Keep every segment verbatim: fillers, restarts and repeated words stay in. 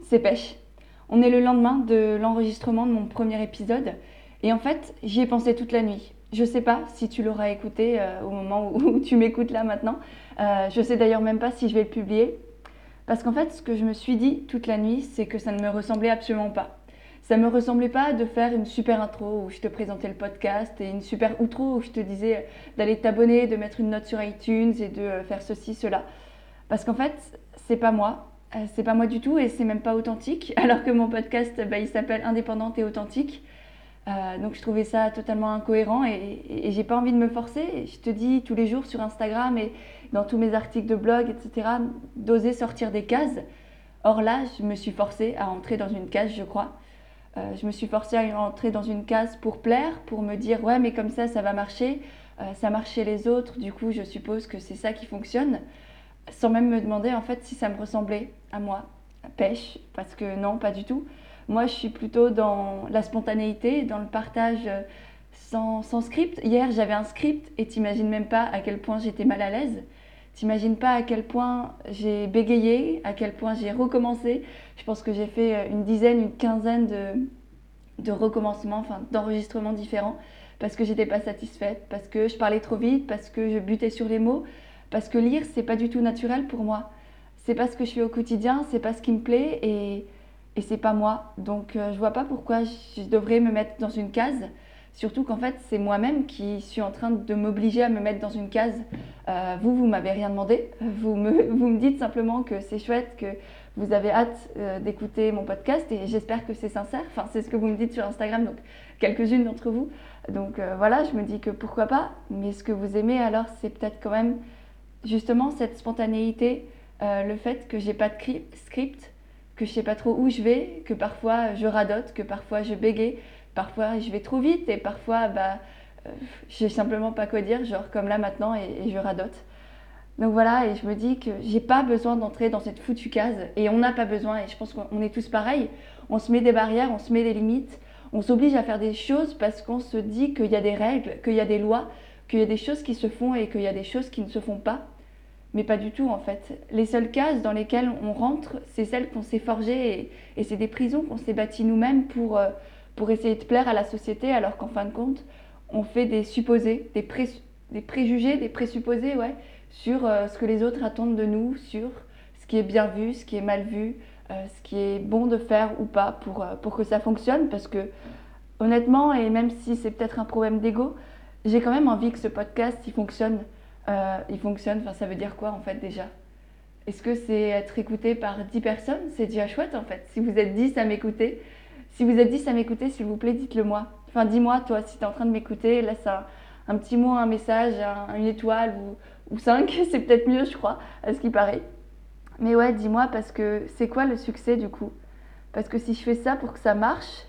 c'est Pêche. On est le lendemain de l'enregistrement de mon premier épisode et en fait, j'y ai pensé toute la nuit. Je sais pas si tu l'auras écouté euh, au moment où, où tu m'écoutes là maintenant. Euh, je sais d'ailleurs même pas si je vais le publier. Parce qu'en fait, ce que je me suis dit toute la nuit, c'est que ça ne me ressemblait absolument pas. Ça me ressemblait pas de faire une super intro où je te présentais le podcast et une super outro où je te disais d'aller t'abonner, de mettre une note sur iTunes et de faire ceci, cela. Parce qu'en fait, c'est pas moi. Euh, C'est pas moi du tout et c'est même pas authentique. Alors que mon podcast, bah, il s'appelle Indépendante et authentique. Euh, donc je trouvais ça totalement incohérent et, et, et j'ai pas envie de me forcer. Et je te dis tous les jours sur Instagram et dans tous mes articles de blog, et cetera, d'oser sortir des cases. Or là, je me suis forcée à entrer dans une case, je crois. Euh, je me suis forcée à entrer dans une case pour plaire, pour me dire ouais mais comme ça ça va marcher, euh, ça marche chez les autres, du coup je suppose que c'est ça qui fonctionne, sans même me demander en fait si ça me ressemblait à moi, Pêche, parce que non, pas du tout. Moi, je suis plutôt dans la spontanéité, dans le partage euh, sans, sans script. Hier, j'avais un script et t'imagines même pas à quel point j'étais mal à l'aise. T'imagines pas à quel point j'ai bégayé, à quel point j'ai recommencé. Je pense que j'ai fait euh, une dizaine, une quinzaine de, de recommencements, enfin d'enregistrements différents, parce que j'étais pas satisfaite, parce que je parlais trop vite, parce que je butais sur les mots, parce que lire c'est pas du tout naturel pour moi. C'est pas ce que je fais au quotidien, c'est pas ce qui me plaît et, et c'est pas moi. Donc euh, je vois pas pourquoi je devrais me mettre dans une case. Surtout qu'en fait c'est moi-même qui suis en train de m'obliger à me mettre dans une case. Euh, vous, vous m'avez rien demandé. Vous me, vous me dites simplement que c'est chouette, que vous avez hâte euh, d'écouter mon podcast et j'espère que c'est sincère. Enfin, c'est ce que vous me dites sur Instagram, donc quelques-unes d'entre vous. Donc euh, voilà, je me dis que pourquoi pas. Mais ce que vous aimez alors, c'est peut-être quand même justement cette spontanéité, euh, le fait que j'ai pas de script, que je sais pas trop où je vais, que parfois je radote, que parfois je bégaye, parfois je vais trop vite et parfois bah euh, je sais simplement pas quoi dire, genre comme là maintenant et, et je radote. Donc voilà, et je me dis que j'ai pas besoin d'entrer dans cette foutue case et on n'a pas besoin et je pense qu'on est tous pareils. On se met des barrières, on se met des limites, on s'oblige à faire des choses parce qu'on se dit qu'il y a des règles, qu'il y a des lois, qu'il y a des choses qui se font et qu'il y a des choses qui ne se font pas. Mais pas du tout en fait. Les seules cases dans lesquelles on rentre, c'est celles qu'on s'est forgées et, et c'est des prisons qu'on s'est bâties nous-mêmes pour, euh, pour essayer de plaire à la société alors qu'en fin de compte, on fait des supposés, des, pré, des préjugés, des présupposés ouais, sur euh, ce que les autres attendent de nous, sur ce qui est bien vu, ce qui est mal vu, euh, ce qui est bon de faire ou pas pour, euh, pour que ça fonctionne parce que honnêtement, et même si c'est peut-être un problème d'ego, j'ai quand même envie que ce podcast il fonctionne. Euh, il fonctionne, enfin ça veut dire quoi en fait déjà? Est-ce que c'est être écouté par dix personnes? C'est déjà chouette en fait. Si vous êtes dix à m'écouter, si vous êtes dix à m'écouter, s'il vous plaît, dites-le moi. Enfin dis-moi toi si tu es en train de m'écouter, laisse un, un petit mot, un message, un- une étoile ou, ou cinq, c'est peut-être mieux je crois, à ce qui paraît. Mais ouais, dis-moi parce que c'est quoi le succès du coup? Parce que si je fais ça pour que ça marche,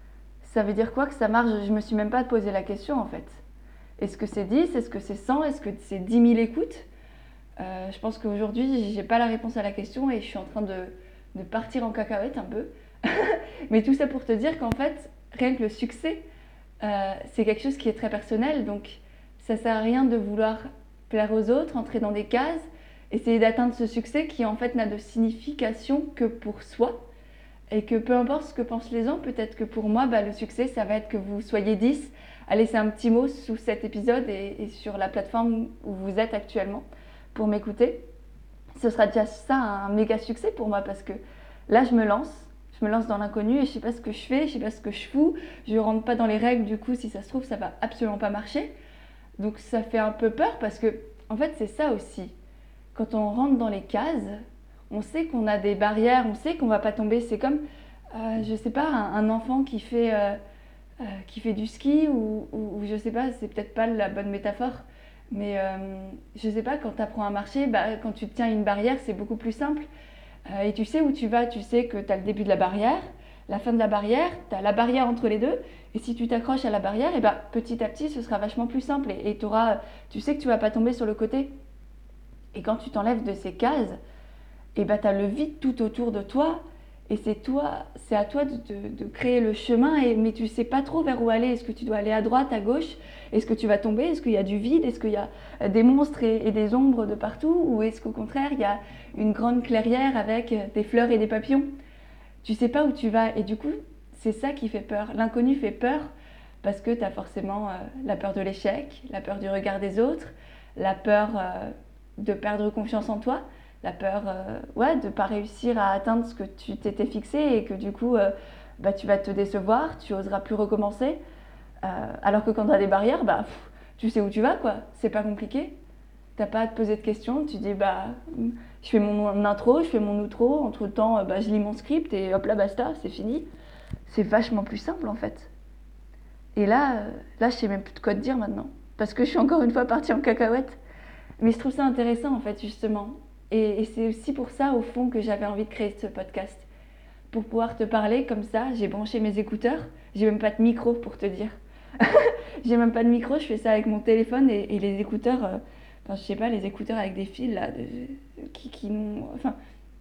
ça veut dire quoi que ça marche? Je me suis même pas posé la question en fait. Est-ce que c'est dix? Est-ce que c'est cent? Est-ce que c'est dix mille écoutes? Euh, Je pense qu'aujourd'hui, j'ai pas la réponse à la question et je suis en train de, de partir en cacahuète un peu. Mais tout ça pour te dire qu'en fait, rien que le succès, euh, c'est quelque chose qui est très personnel. Donc, ça sert à rien de vouloir plaire aux autres, entrer dans des cases, essayer d'atteindre ce succès qui en fait n'a de signification que pour soi. Et que peu importe ce que pensent les gens, peut-être que pour moi, bah, le succès, ça va être que vous soyez dix à laisser un petit mot sous cet épisode et, et sur la plateforme où vous êtes actuellement pour m'écouter. Ce sera déjà ça un méga succès pour moi parce que là, je me lance. Je me lance dans l'inconnu et je sais pas ce que je fais, je sais pas ce que je fous. Je rentre pas dans les règles, du coup, si ça se trouve, ça va absolument pas marcher. Donc ça fait un peu peur parce que, en fait, c'est ça aussi. Quand on rentre dans les cases, on sait qu'on a des barrières, on sait qu'on va pas tomber. C'est comme, euh, je sais pas, un, un enfant qui fait, euh, euh, qui fait du ski ou, ou, ou je sais pas, c'est peut-être pas la bonne métaphore, mais euh, je sais pas, quand tu apprends à marcher, bah, quand tu te tiens à une barrière, c'est beaucoup plus simple. Euh, et tu sais où tu vas, tu sais que tu as le début de la barrière, la fin de la barrière, tu as la barrière entre les deux, et si tu t'accroches à la barrière, et bah, petit à petit, ce sera vachement plus simple, et, et t'auras, tu sais que tu vas pas tomber sur le côté. Et quand tu t'enlèves de ces cases, et bah, tu as le vide tout autour de toi. Et c'est toi, c'est à toi de, de, de créer le chemin, et, mais tu ne sais pas trop vers où aller. Est-ce que tu dois aller à droite, à gauche? Est-ce que tu vas tomber? Est-ce qu'il y a du vide? Est-ce qu'il y a des monstres et, et des ombres de partout? Ou est-ce qu'au contraire, il y a une grande clairière avec des fleurs et des papillons? tu sais pas où tu vas. Et du coup, c'est ça qui fait peur. L'inconnu fait peur parce que tu as forcément euh, la peur de l'échec, la peur du regard des autres, la peur euh, de perdre confiance en toi, la peur euh, ouais, de ne pas réussir à atteindre ce que tu t'étais fixé et que du coup, euh, bah, tu vas te décevoir, tu oseras plus recommencer. Euh, alors que quand tu as des barrières, bah, pff, tu sais où tu vas, quoi. C'est pas compliqué. T'as pas à te poser de questions, tu dis bah je fais mon intro, je fais mon outro, entre temps bah, je lis mon script et hop là basta, c'est fini. C'est vachement plus simple en fait. Et là, euh, là je sais même plus de quoi te dire maintenant. Parce que je suis encore une fois partie en cacahuète. Mais je trouve ça intéressant en fait justement. Et, et c'est aussi pour ça au fond que j'avais envie de créer ce podcast. Pour pouvoir te parler comme ça, j'ai branché mes écouteurs, j'ai même pas de micro pour te dire. J'ai même pas de micro, je fais ça avec mon téléphone et, et les écouteurs, euh, enfin je sais pas, les écouteurs avec des fils là, de, qui, qui n'ont, enfin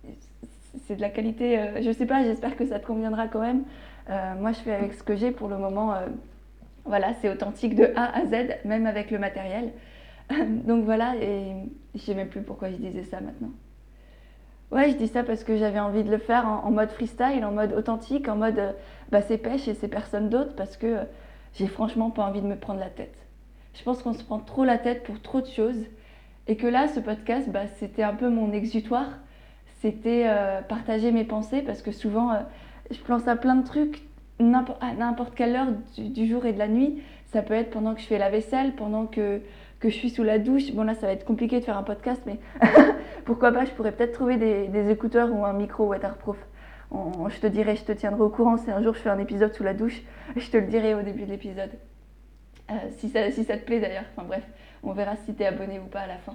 c'est de la qualité, euh, je sais pas, j'espère que ça te conviendra quand même. Euh, moi je fais avec ce que j'ai pour le moment, euh, voilà, c'est authentique de A à Z, même avec le matériel. Donc voilà, et je sais même plus pourquoi je disais ça maintenant. Ouais, je dis ça parce que j'avais envie de le faire en, en mode freestyle, en mode authentique, en mode euh, bah, c'est pêche et c'est personne d'autre parce que euh, j'ai franchement pas envie de me prendre la tête. Je pense qu'on se prend trop la tête pour trop de choses et que là, ce podcast, bah, c'était un peu mon exutoire. C'était euh, partager mes pensées parce que souvent, euh, je pense à plein de trucs n'importe, à n'importe quelle heure du, du jour et de la nuit. Ça peut être pendant que je fais la vaisselle, pendant que, que je suis sous la douche. Bon là, ça va être compliqué de faire un podcast, mais pourquoi pas, je pourrais peut-être trouver des, des écouteurs ou un micro waterproof. On, je te dirai, je te tiendrai au courant si un jour je fais un épisode sous la douche. Je te le dirai au début de l'épisode. Euh, si, ça, si ça te plaît d'ailleurs. Enfin bref, on verra si t'es abonné ou pas à la fin.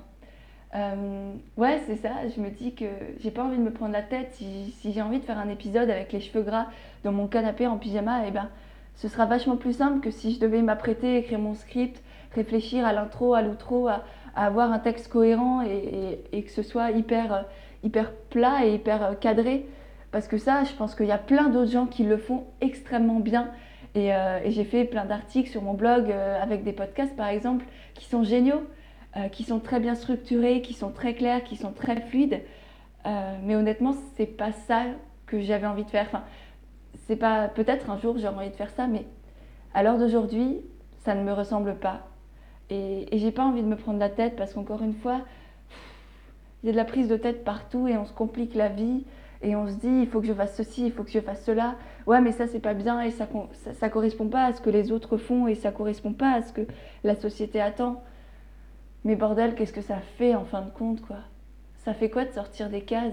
Euh, ouais, c'est ça. Je me dis que j'ai pas envie de me prendre la tête. Si, si j'ai envie de faire un épisode avec les cheveux gras dans mon canapé en pyjama, eh ben, ce sera vachement plus simple que si je devais m'apprêter, écrire mon script, réfléchir à l'intro, à l'outro, à, à avoir un texte cohérent et, et, et que ce soit hyper, hyper plat et hyper cadré. Parce que ça, je pense qu'il y a plein d'autres gens qui le font extrêmement bien. Et, euh, et j'ai fait plein d'articles sur mon blog euh, avec des podcasts par exemple qui sont géniaux, euh, qui sont très bien structurés, qui sont très clairs, qui sont très fluides. Euh, mais honnêtement, c'est pas ça que j'avais envie de faire. Enfin, c'est pas, peut-être un jour j'aurai envie de faire ça, mais à l'heure d'aujourd'hui, ça ne me ressemble pas. Et, et j'ai pas envie de me prendre la tête parce qu'encore une fois, il y a de la prise de tête partout et on se complique la vie et on se dit il faut que je fasse ceci, il faut que je fasse cela. Ouais, mais ça c'est pas bien et ça, ça, ça correspond pas à ce que les autres font et ça correspond pas à ce que la société attend. Mais bordel, qu'est-ce que ça fait en fin de compte, quoi? Ça fait quoi de sortir des cases?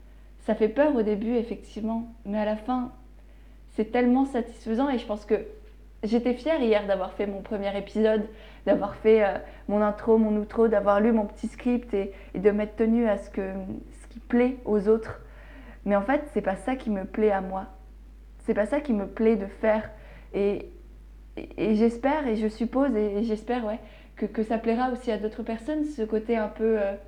Ça fait peur au début, effectivement, mais à la fin, c'est tellement satisfaisant et je pense que j'étais fière hier d'avoir fait mon premier épisode, d'avoir fait euh, mon intro, mon outro, d'avoir lu mon petit script et, et de m'être tenue à ce, que, ce qui plaît aux autres. Mais en fait, c'est pas ça qui me plaît à moi. C'est pas ça qui me plaît de faire. Et, et, et j'espère et je suppose et, et j'espère ouais, que, que ça plaira aussi à d'autres personnes, ce côté un peu, euh,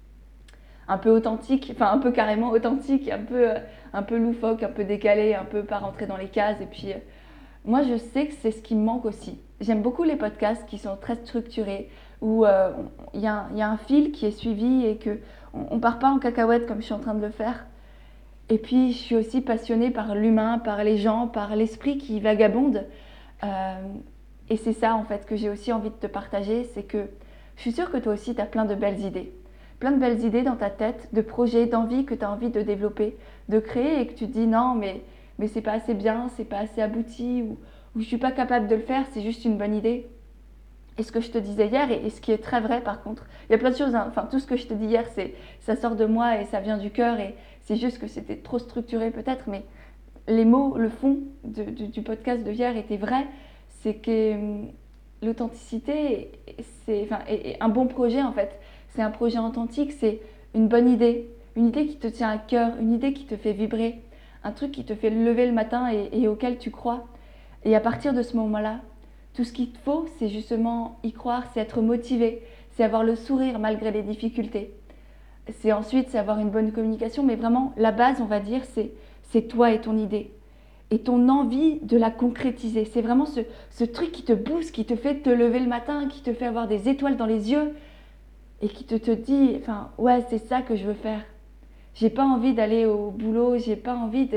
un peu authentique, enfin un peu carrément authentique, un peu, euh, un peu loufoque, un peu décalé, un peu pas rentrer dans les cases. Et puis, euh, moi, je sais que c'est ce qui me manque aussi. J'aime beaucoup les podcasts qui sont très structurés, où il euh, y, y a un fil qui est suivi et qu'on ne part pas en cacahuète comme je suis en train de le faire. Et puis, je suis aussi passionnée par l'humain, par les gens, par l'esprit qui vagabonde. Euh, et c'est ça, en fait, que j'ai aussi envie de te partager, c'est que je suis sûre que toi aussi, tu as plein de belles idées. Plein de belles idées dans ta tête, de projets, d'envies que tu as envie de développer, de créer et que tu te dis non, mais, mais c'est pas assez bien, c'est pas assez abouti, ou, ou je suis pas capable de le faire, c'est juste une bonne idée. Et ce que je te disais hier, et, et ce qui est très vrai par contre, il y a plein de choses, hein, enfin tout ce que je te dis hier, c'est, ça sort de moi et ça vient du cœur, et c'est juste que c'était trop structuré peut-être, mais les mots, le fond de, de, du podcast de hier était vrai, c'est que hum, l'authenticité, c'est, enfin, est, est un bon projet en fait. C'est un projet authentique, c'est une bonne idée, une idée qui te tient à cœur, une idée qui te fait vibrer, un truc qui te fait lever le matin et, et auquel tu crois. Et à partir de ce moment-là, tout ce qu'il te faut, c'est justement y croire, c'est être motivé, c'est avoir le sourire malgré les difficultés. C'est ensuite, c'est avoir une bonne communication, mais vraiment, la base, on va dire, c'est, c'est toi et ton idée. Et ton envie de la concrétiser. C'est vraiment ce, ce truc qui te booste, qui te fait te lever le matin, qui te fait avoir des étoiles dans les yeux et qui te, te dit, enfin, ouais, c'est ça que je veux faire. J'ai pas envie d'aller au boulot, j'ai pas envie de,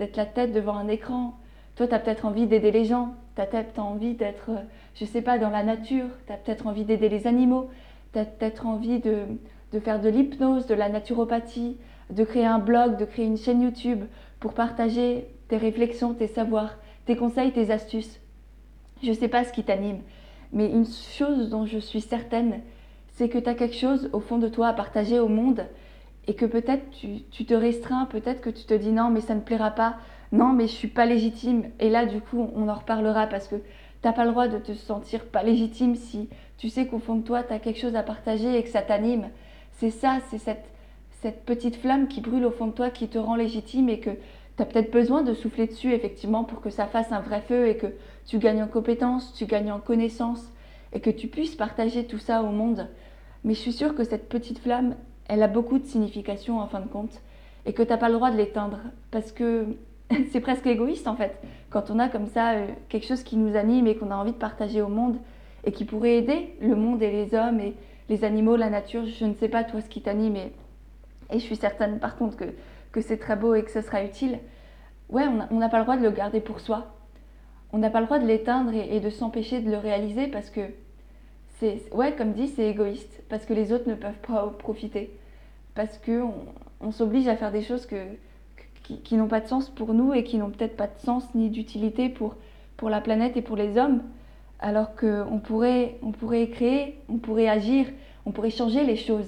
d'être la tête devant un écran. Toi, tu as peut-être envie d'aider les gens. Tu as peut-être envie d'être, euh, je sais pas, dans la nature. Tu as peut-être envie d'aider les animaux. Tu as peut-être envie de, de faire de l'hypnose, de la naturopathie, de créer un blog, de créer une chaîne YouTube pour partager tes réflexions, tes savoirs, tes conseils, tes astuces. Je ne sais pas ce qui t'anime, mais une chose dont je suis certaine, c'est que tu as quelque chose au fond de toi à partager au monde et que peut-être tu, tu te restreins, peut-être que tu te dis non mais ça ne plaira pas, non mais je suis pas légitime. Et là du coup on en reparlera parce que tu n'as pas le droit de te sentir pas légitime si tu sais qu'au fond de toi tu as quelque chose à partager et que ça t'anime. C'est ça, c'est cette, cette petite flamme qui brûle au fond de toi qui te rend légitime et que tu as peut-être besoin de souffler dessus effectivement pour que ça fasse un vrai feu et que tu gagnes en compétences, tu gagnes en connaissances et que tu puisses partager tout ça au monde. Mais je suis sûre que cette petite flamme, elle a beaucoup de signification en fin de compte et que tu n'as pas le droit de l'éteindre parce que c'est presque égoïste en fait. Quand on a comme ça euh, quelque chose qui nous anime et qu'on a envie de partager au monde et qui pourrait aider le monde et les hommes et les animaux, la nature, je ne sais pas toi ce qui t'anime et, et je suis certaine par contre que, que c'est très beau et que ce sera utile. Ouais, on n'a pas le droit de le garder pour soi. On n'a pas le droit de l'éteindre et, et de s'empêcher de le réaliser parce que c'est, ouais, comme dit, c'est égoïste, parce que les autres ne peuvent pas profiter, parce qu'on on, s'oblige à faire des choses que, qui, qui n'ont pas de sens pour nous et qui n'ont peut-être pas de sens ni d'utilité pour, pour la planète et pour les hommes, alors qu'on pourrait, on pourrait créer, on pourrait agir, on pourrait changer les choses.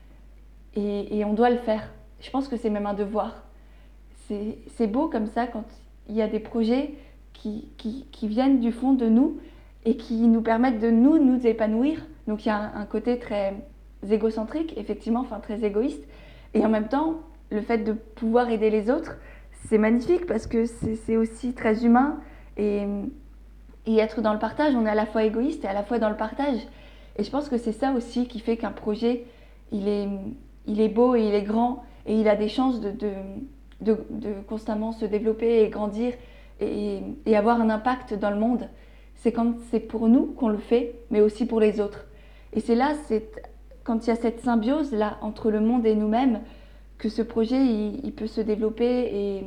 Et, et on doit le faire. Je pense que c'est même un devoir. C'est, c'est beau comme ça quand il y a des projets qui, qui, qui viennent du fond de nous et qui nous permettent de nous, nous épanouir. Donc il y a un, un côté très égocentrique, effectivement, enfin très égoïste. Et en même temps, le fait de pouvoir aider les autres, c'est magnifique parce que c'est, c'est aussi très humain. Et, et être dans le partage, on est à la fois égoïste et à la fois dans le partage. Et je pense que c'est ça aussi qui fait qu'un projet, il est, il est beau et il est grand et il a des chances de, de, de, de constamment se développer et grandir et, et avoir un impact dans le monde. C'est quand c'est pour nous qu'on le fait, mais aussi pour les autres. Et c'est là, c'est quand il y a cette symbiose là entre le monde et nous-mêmes, que ce projet il, il peut se développer et,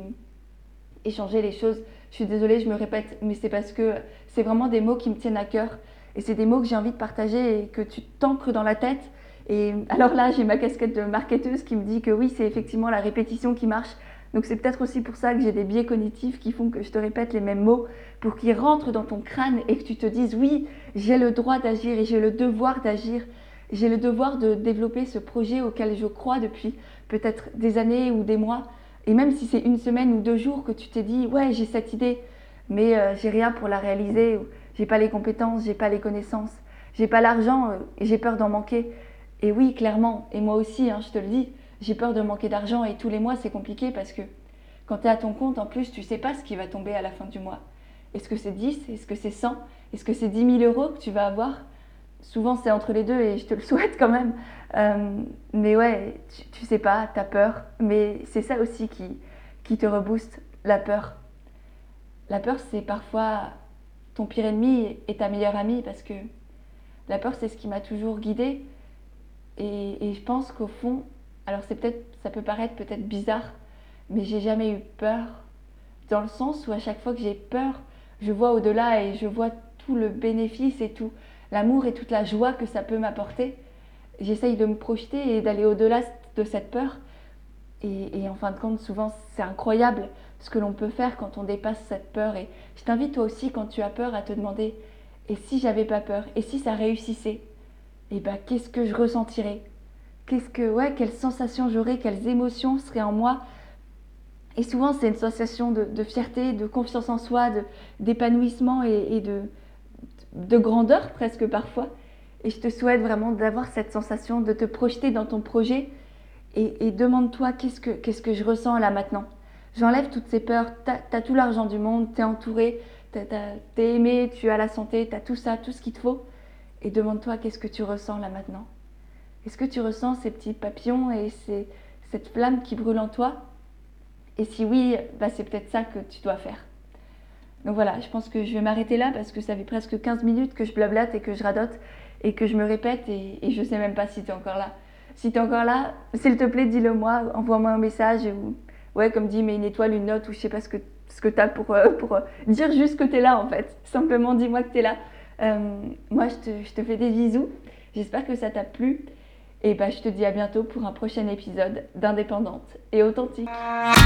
et changer les choses. Je suis désolée, je me répète, mais c'est parce que c'est vraiment des mots qui me tiennent à cœur. Et c'est des mots que j'ai envie de partager et que tu t'ancres dans la tête. Et alors là, j'ai ma casquette de marketeuse qui me dit que oui, c'est effectivement la répétition qui marche. Donc c'est peut-être aussi pour ça que j'ai des biais cognitifs qui font que je te répète les mêmes mots pour qu'ils rentrent dans ton crâne et que tu te dises oui, j'ai le droit d'agir et j'ai le devoir d'agir. J'ai le devoir de développer ce projet auquel je crois depuis peut-être des années ou des mois. Et même si c'est une semaine ou deux jours que tu t'es dit ouais, j'ai cette idée, mais euh, j'ai rien pour la réaliser, j'ai pas les compétences, j'ai pas les connaissances, j'ai pas l'argent euh, et j'ai peur d'en manquer. Et oui, clairement, et moi aussi, hein, je te le dis, j'ai peur de manquer d'argent et tous les mois c'est compliqué parce que quand tu es à ton compte, en plus, tu sais pas ce qui va tomber à la fin du mois. Est-ce que c'est dix? Est-ce que c'est cent? Est-ce que c'est dix mille euros que tu vas avoir? Souvent c'est entre les deux et je te le souhaite quand même. Euh, mais ouais, tu, tu sais pas, tu as peur. Mais c'est ça aussi qui, qui te rebooste, la peur. La peur c'est parfois ton pire ennemi et ta meilleure amie parce que la peur c'est ce qui m'a toujours guidée. Et, et je pense qu'au fond, alors c'est peut-être, ça peut paraître peut-être bizarre, mais j'ai jamais eu peur dans le sens où à chaque fois que j'ai peur, je vois au-delà et je vois tout le bénéfice et tout l'amour et toute la joie que ça peut m'apporter. J'essaye de me projeter et d'aller au-delà de cette peur. Et, et en fin de compte, souvent, c'est incroyable ce que l'on peut faire quand on dépasse cette peur. Et je t'invite toi aussi, quand tu as peur, à te demander, et si j'avais pas peur? Et si ça réussissait? Et ben, qu'est-ce que je ressentirais? Qu'est-ce que, ouais, quelles sensations j'aurais? Quelles émotions seraient en moi? Et souvent, c'est une sensation de, de fierté, de confiance en soi, de, d'épanouissement et, et de, de grandeur presque parfois. Et je te souhaite vraiment d'avoir cette sensation, de te projeter dans ton projet et, et demande-toi qu'est-ce que, qu'est-ce que je ressens là maintenant. J'enlève toutes ces peurs, t'as, t'as tout l'argent du monde, t'es entouré, t'as, t'as, t'es aimé, tu as la santé, t'as tout ça, tout ce qu'il te faut. Et demande-toi qu'est-ce que tu ressens là maintenant. Est-ce que tu ressens ces petits papillons et ces, cette flamme qui brûle en toi? Et si oui, bah c'est peut-être ça que tu dois faire. Donc voilà, je pense que je vais m'arrêter là parce que ça fait presque quinze minutes que je blablate et que je radote et que je me répète et, et je sais même pas si tu es encore là. Si tu es encore là, s'il te plaît, dis-le moi, envoie-moi un message ou ouais, comme dit, mets une étoile, une note ou je sais pas ce que, ce que tu as pour, euh, pour euh, dire juste que tu es là en fait. Simplement dis-moi que tu es là. Euh, moi, je te, je te fais des bisous. J'espère que ça t'a plu. Et bah, je te dis à bientôt pour un prochain épisode d'Indépendante et Authentique.